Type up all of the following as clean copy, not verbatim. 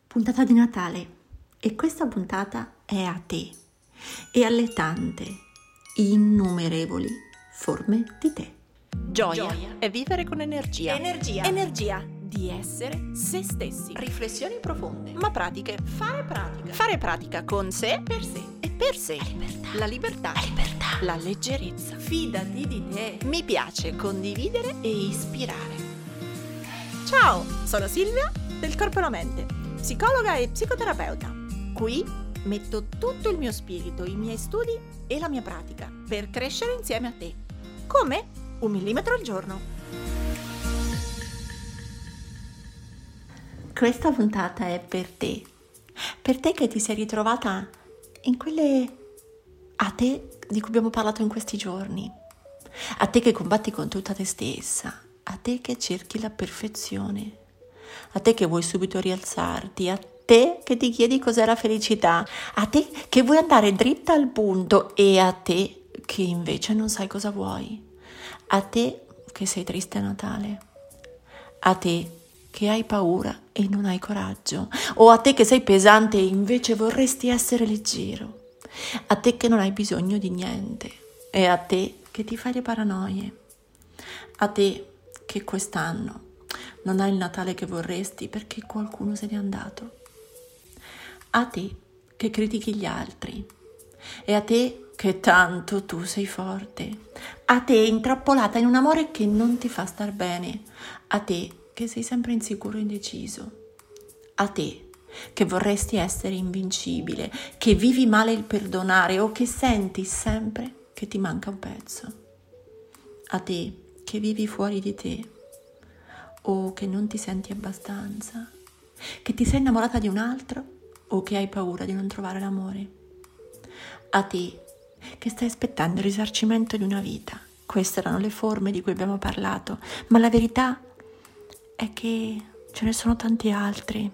Puntata di Natale, e questa puntata è a te e alle tante, innumerevoli forme di te. Gioia è vivere con energia. Energia. Di essere se stessi. Riflessioni profonde. Ma pratiche. Fare pratica con sé, Per sé. e per sé. La libertà. La leggerezza. Fidati di te. Mi piace condividere E ispirare. Ciao, sono Silvia del Corpo e la Mente, psicologa e psicoterapeuta. Qui metto tutto il mio spirito, i miei studi e la mia pratica per crescere insieme a te. Come? 1 millimetro al giorno. Questa puntata è per te che ti sei ritrovata in quelle a te di cui abbiamo parlato in questi giorni, a te che combatti con tutta te stessa, a te che cerchi la perfezione, a te che vuoi subito rialzarti, a te che ti chiedi cos'è la felicità, a te che vuoi andare dritta al punto e a te che invece non sai cosa vuoi, a te che sei triste a Natale, a te che hai paura e non hai coraggio, o a te che sei pesante e invece vorresti essere leggero, a te che non hai bisogno di niente e a te che ti fai le paranoie, a te che quest'anno non hai il Natale che vorresti perché qualcuno se n'è andato, a te che critichi gli altri e a te che tanto tu sei forte, a te intrappolata in un amore che non ti fa star bene, a te che sei sempre insicuro e indeciso, a te che vorresti essere invincibile, che vivi male il perdonare o che senti sempre che ti manca un pezzo, a te che vivi fuori di te o che non ti senti abbastanza, che ti sei innamorata di un altro o che hai paura di non trovare l'amore, a te che stai aspettando il risarcimento di una vita. Queste erano le forme di cui abbiamo parlato, ma la verità è che ce ne sono tanti altri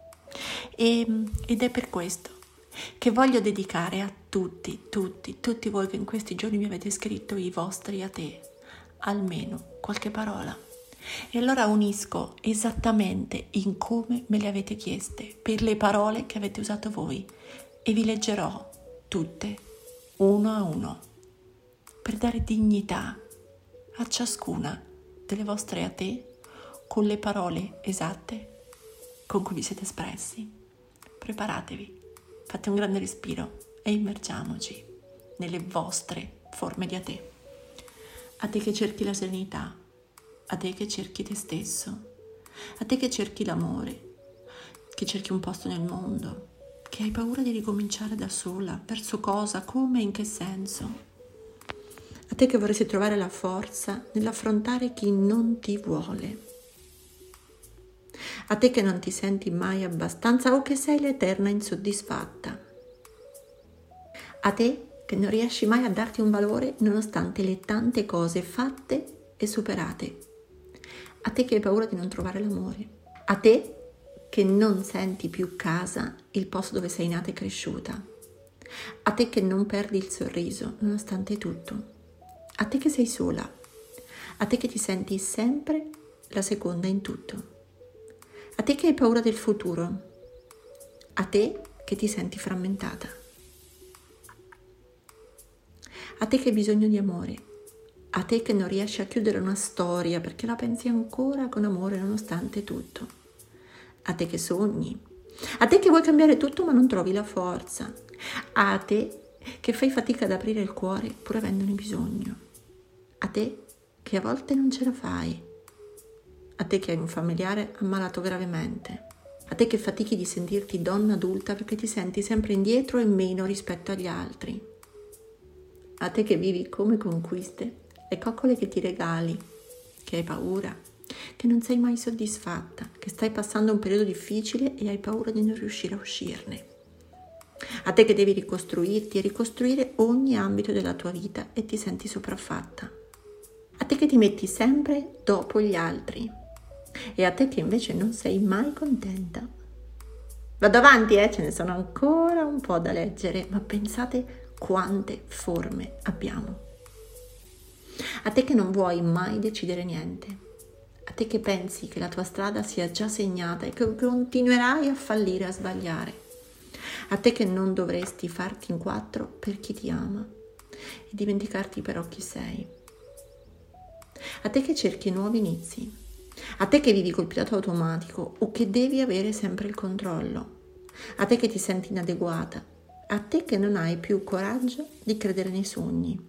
ed è per questo che voglio dedicare a tutti voi che in questi giorni mi avete scritto i vostri a te almeno qualche parola, e allora unisco esattamente in come me le avete chieste per le parole che avete usato voi e vi leggerò tutte uno a uno per dare dignità a ciascuna delle vostre a te con le parole esatte con cui vi siete espressi. Preparatevi, fate un grande respiro e immergiamoci nelle vostre forme di a te. A te che cerchi la serenità, a te che cerchi te stesso, a te che cerchi l'amore, che cerchi un posto nel mondo, che hai paura di ricominciare da sola, verso cosa, come, in che senso. A te che vorresti trovare la forza nell'affrontare chi non ti vuole. A te che non ti senti mai abbastanza o che sei l'eterna insoddisfatta. A te che non riesci mai a darti un valore nonostante le tante cose fatte e superate. A te che hai paura di non trovare l'amore. A te che non senti più casa il posto dove sei nata e cresciuta. A te che non perdi il sorriso nonostante tutto. A te che sei sola. A te che ti senti sempre la seconda in tutto. A te che hai paura del futuro. A te che ti senti frammentata. A te che hai bisogno di amore, a te che non riesci a chiudere una storia perché la pensi ancora con amore nonostante tutto, a te che sogni, a te che vuoi cambiare tutto ma non trovi la forza, a te che fai fatica ad aprire il cuore pur avendone bisogno, a te che a volte non ce la fai, a te che hai un familiare ammalato gravemente, a te che fatichi di sentirti donna adulta perché ti senti sempre indietro e meno rispetto agli altri, a te che vivi come conquiste le coccole che ti regali, che hai paura, che non sei mai soddisfatta, che stai passando un periodo difficile e hai paura di non riuscire a uscirne. A te che devi ricostruirti e ricostruire ogni ambito della tua vita e ti senti sopraffatta. A te che ti metti sempre dopo gli altri e a te che invece non sei mai contenta. Vado avanti, ce ne sono ancora un po' da leggere, ma pensate quante forme abbiamo. A te che non vuoi mai decidere niente, A te che pensi che la tua strada sia già segnata e che continuerai a fallire, a sbagliare. A te che non dovresti farti in quattro per chi ti ama e dimenticarti però chi sei. A te che cerchi nuovi inizi. A te che vivi col pilota automatico o che devi avere sempre il controllo. A te che ti senti inadeguata. A te che non hai più coraggio di credere nei sogni.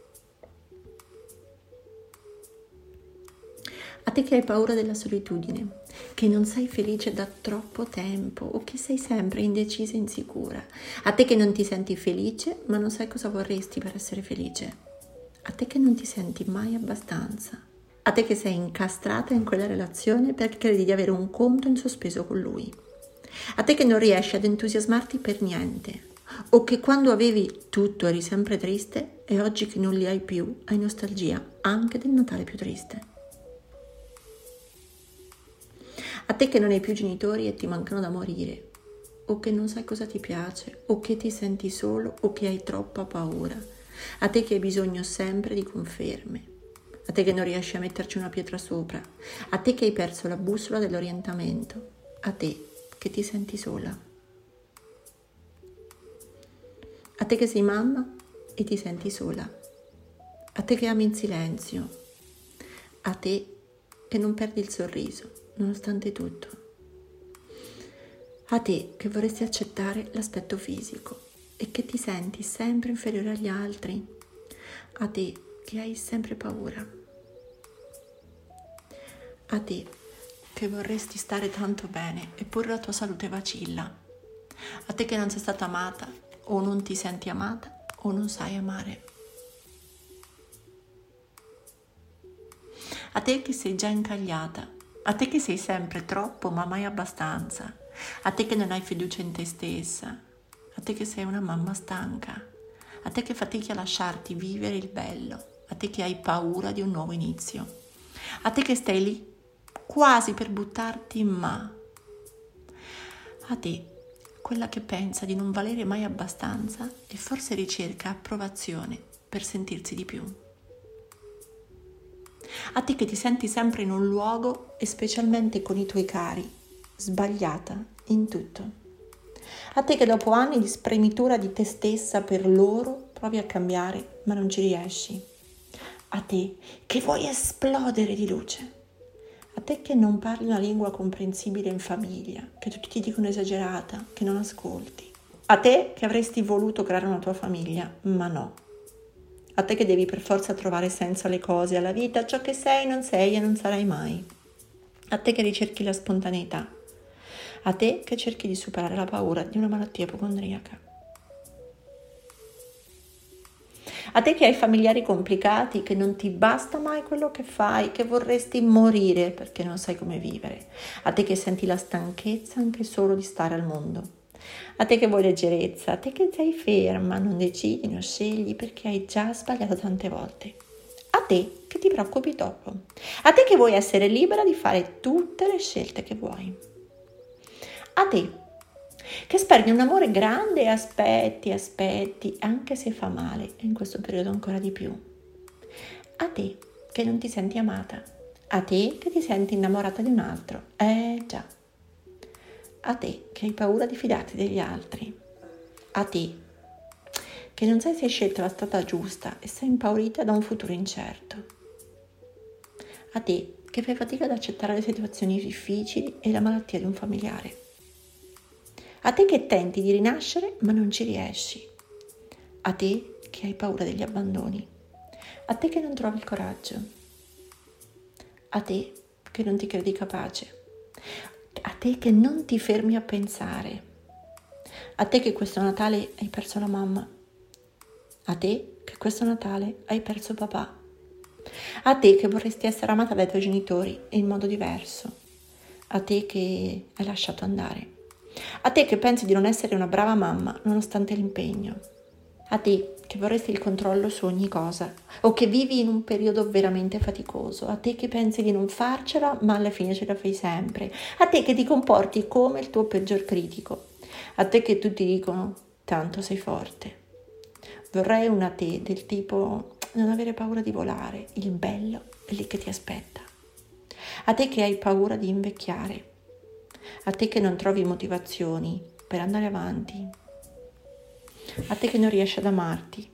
A te che hai paura della solitudine, che non sei felice da troppo tempo o che sei sempre indecisa e insicura. A te che non ti senti felice ma non sai cosa vorresti per essere felice. A te che non ti senti mai abbastanza. A te che sei incastrata in quella relazione perché credi di avere un conto in sospeso con lui. A te che non riesci ad entusiasmarti per niente. O che quando avevi tutto eri sempre triste e oggi che non li hai più hai nostalgia anche del Natale più triste. A te che non hai più genitori e ti mancano da morire, o che non sai cosa ti piace, o che ti senti solo, o che hai troppa paura. A te che hai bisogno sempre di conferme. A te che non riesci a metterci una pietra sopra. A te che hai perso la bussola dell'orientamento. A te che ti senti sola. A te che sei mamma e ti senti sola. A te che ami in silenzio. A te che non perdi il sorriso nonostante tutto. A te che vorresti accettare l'aspetto fisico e che ti senti sempre inferiore agli altri. A te che hai sempre paura. A te che vorresti stare tanto bene eppure la tua salute vacilla. A te che non sei stata amata o non ti senti amata o non sai amare. A te che sei già incagliata. A te che sei sempre troppo ma mai abbastanza, a te che non hai fiducia in te stessa, a te che sei una mamma stanca, a te che fatichi a lasciarti vivere il bello, a te che hai paura di un nuovo inizio, a te che stai lì quasi per buttarti ma, a te quella che pensa di non valere mai abbastanza e forse ricerca approvazione per sentirsi di più. A te che ti senti sempre in un luogo e specialmente con i tuoi cari, sbagliata in tutto. A te che dopo anni di spremitura di te stessa per loro provi a cambiare ma non ci riesci. A te che vuoi esplodere di luce. A te che non parli una lingua comprensibile in famiglia, che tutti ti dicono esagerata, che non ascolti. A te che avresti voluto creare una tua famiglia, ma no. A te che devi per forza trovare senso alle cose, alla vita, ciò che sei non sei e non sarai mai. A te che ricerchi la spontaneità. A te che cerchi di superare la paura di una malattia ipocondriaca. A te che hai familiari complicati, che non ti basta mai quello che fai, che vorresti morire perché non sai come vivere. A te che senti la stanchezza anche solo di stare al mondo. A te che vuoi leggerezza, a te che sei ferma, non decidi, non scegli perché hai già sbagliato tante volte. A te che ti preoccupi troppo. A te che vuoi essere libera di fare tutte le scelte che vuoi. A te che speri in un amore grande e aspetti, anche se fa male, e in questo periodo ancora di più. A te che non ti senti amata. A te che ti senti innamorata di un altro. Già. A te che hai paura di fidarti degli altri. A te che non sai se hai scelto la strada giusta e sei impaurita da un futuro incerto. A te che fai fatica ad accettare le situazioni difficili e la malattia di un familiare. A te che tenti di rinascere ma non ci riesci. A te che hai paura degli abbandoni. A te che non trovi il coraggio. A te che non ti credi capace. A te che non ti fermi a pensare. A te che questo Natale hai perso la mamma. A te che questo Natale hai perso papà. A te che vorresti essere amata dai tuoi genitori in modo diverso. A te che hai lasciato andare. A te che pensi di non essere una brava mamma nonostante l'impegno. A te che vorresti il controllo su ogni cosa o che vivi in un periodo veramente faticoso. A te che pensi di non farcela ma alla fine ce la fai sempre. A te che ti comporti come il tuo peggior critico. A te che tutti dicono tanto sei forte. Vorrei una te del tipo non avere paura di volare, il bello è lì che ti aspetta. a te che hai paura di invecchiare, a te che non trovi motivazioni per andare avanti, a te che non riesci ad amarti,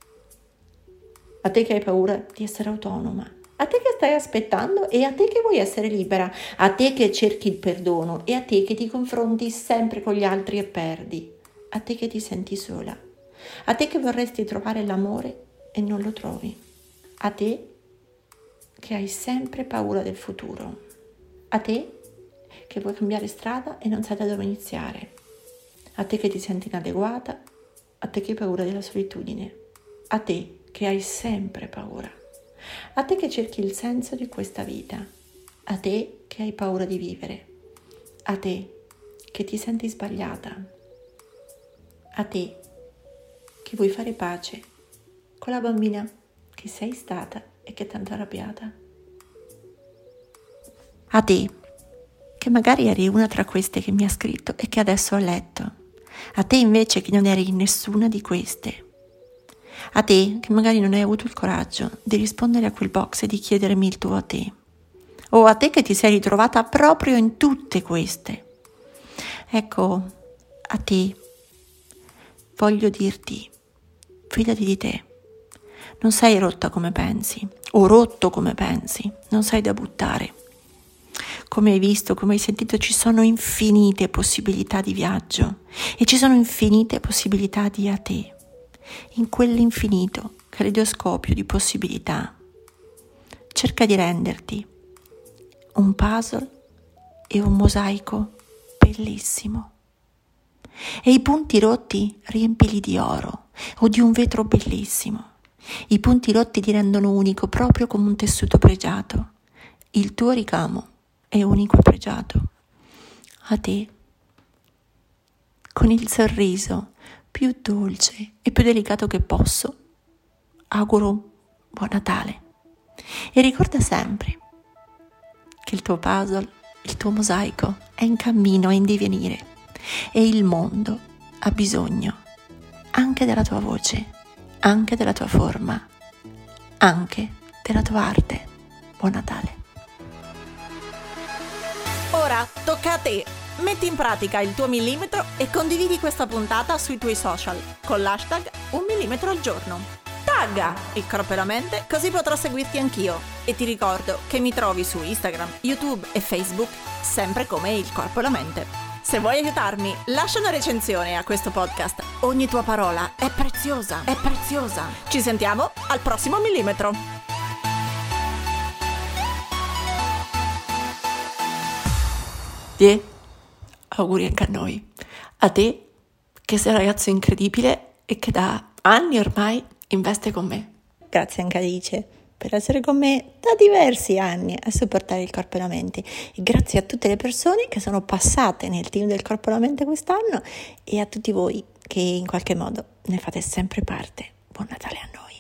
a te che hai paura di essere autonoma, a te che stai aspettando e a te che vuoi essere libera, a te che cerchi il perdono e a te che ti confronti sempre con gli altri e perdi, a te che ti senti sola, a te che vorresti trovare l'amore e non lo trovi, a te che hai sempre paura del futuro, a te che vuoi cambiare strada e non sai da dove iniziare, a te che ti senti inadeguata, a te che hai paura della solitudine, a te che hai sempre paura, a te che cerchi il senso di questa vita, a te che hai paura di vivere, a te che ti senti sbagliata, a te che vuoi fare pace con la bambina che sei stata e che è tanto arrabbiata, a te che magari eri una tra queste che mi ha scritto e che adesso ho letto, a te invece che non eri nessuna di queste, a te che magari non hai avuto il coraggio di rispondere a quel box e di chiedermi il tuo a te, o a te che ti sei ritrovata proprio in tutte queste. Ecco, a te voglio dirti, fidati di te, non sei rotta come pensi, o rotto come pensi, non sei da buttare. Come hai visto, come hai sentito, ci sono infinite possibilità di viaggio e ci sono infinite possibilità di a te. In quell'infinito caleidoscopio di possibilità, cerca di renderti un puzzle e un mosaico bellissimo. E i punti rotti riempili di oro o di un vetro bellissimo. I punti rotti ti rendono unico proprio come un tessuto pregiato. Il tuo ricamo è unico e pregiato. A te, con il sorriso più dolce e più delicato che posso, auguro buon Natale. E ricorda sempre che il tuo puzzle, il tuo mosaico è in cammino, è in divenire e il mondo ha bisogno anche della tua voce, anche della tua forma, anche della tua arte. Buon Natale. Ora tocca a te. Metti in pratica il tuo millimetro e condividi questa puntata sui tuoi social con l'hashtag 1 millimetro al giorno. Tagga il corpo e la mente così potrò seguirti anch'io. E ti ricordo che mi trovi su Instagram, YouTube e Facebook sempre come il corpo e la mente. Se vuoi aiutarmi, lascia una recensione a questo podcast. Ogni tua parola è preziosa, è preziosa. Ci sentiamo al prossimo millimetro. Auguri anche a noi, a te che sei un ragazzo incredibile e che da anni ormai investe con me. Grazie anche Alice per essere con me da diversi anni a supportare il corpo e la mente, e grazie a tutte le persone che sono passate nel team del corpo e la mente quest'anno e a tutti voi che in qualche modo ne fate sempre parte. Buon Natale a noi.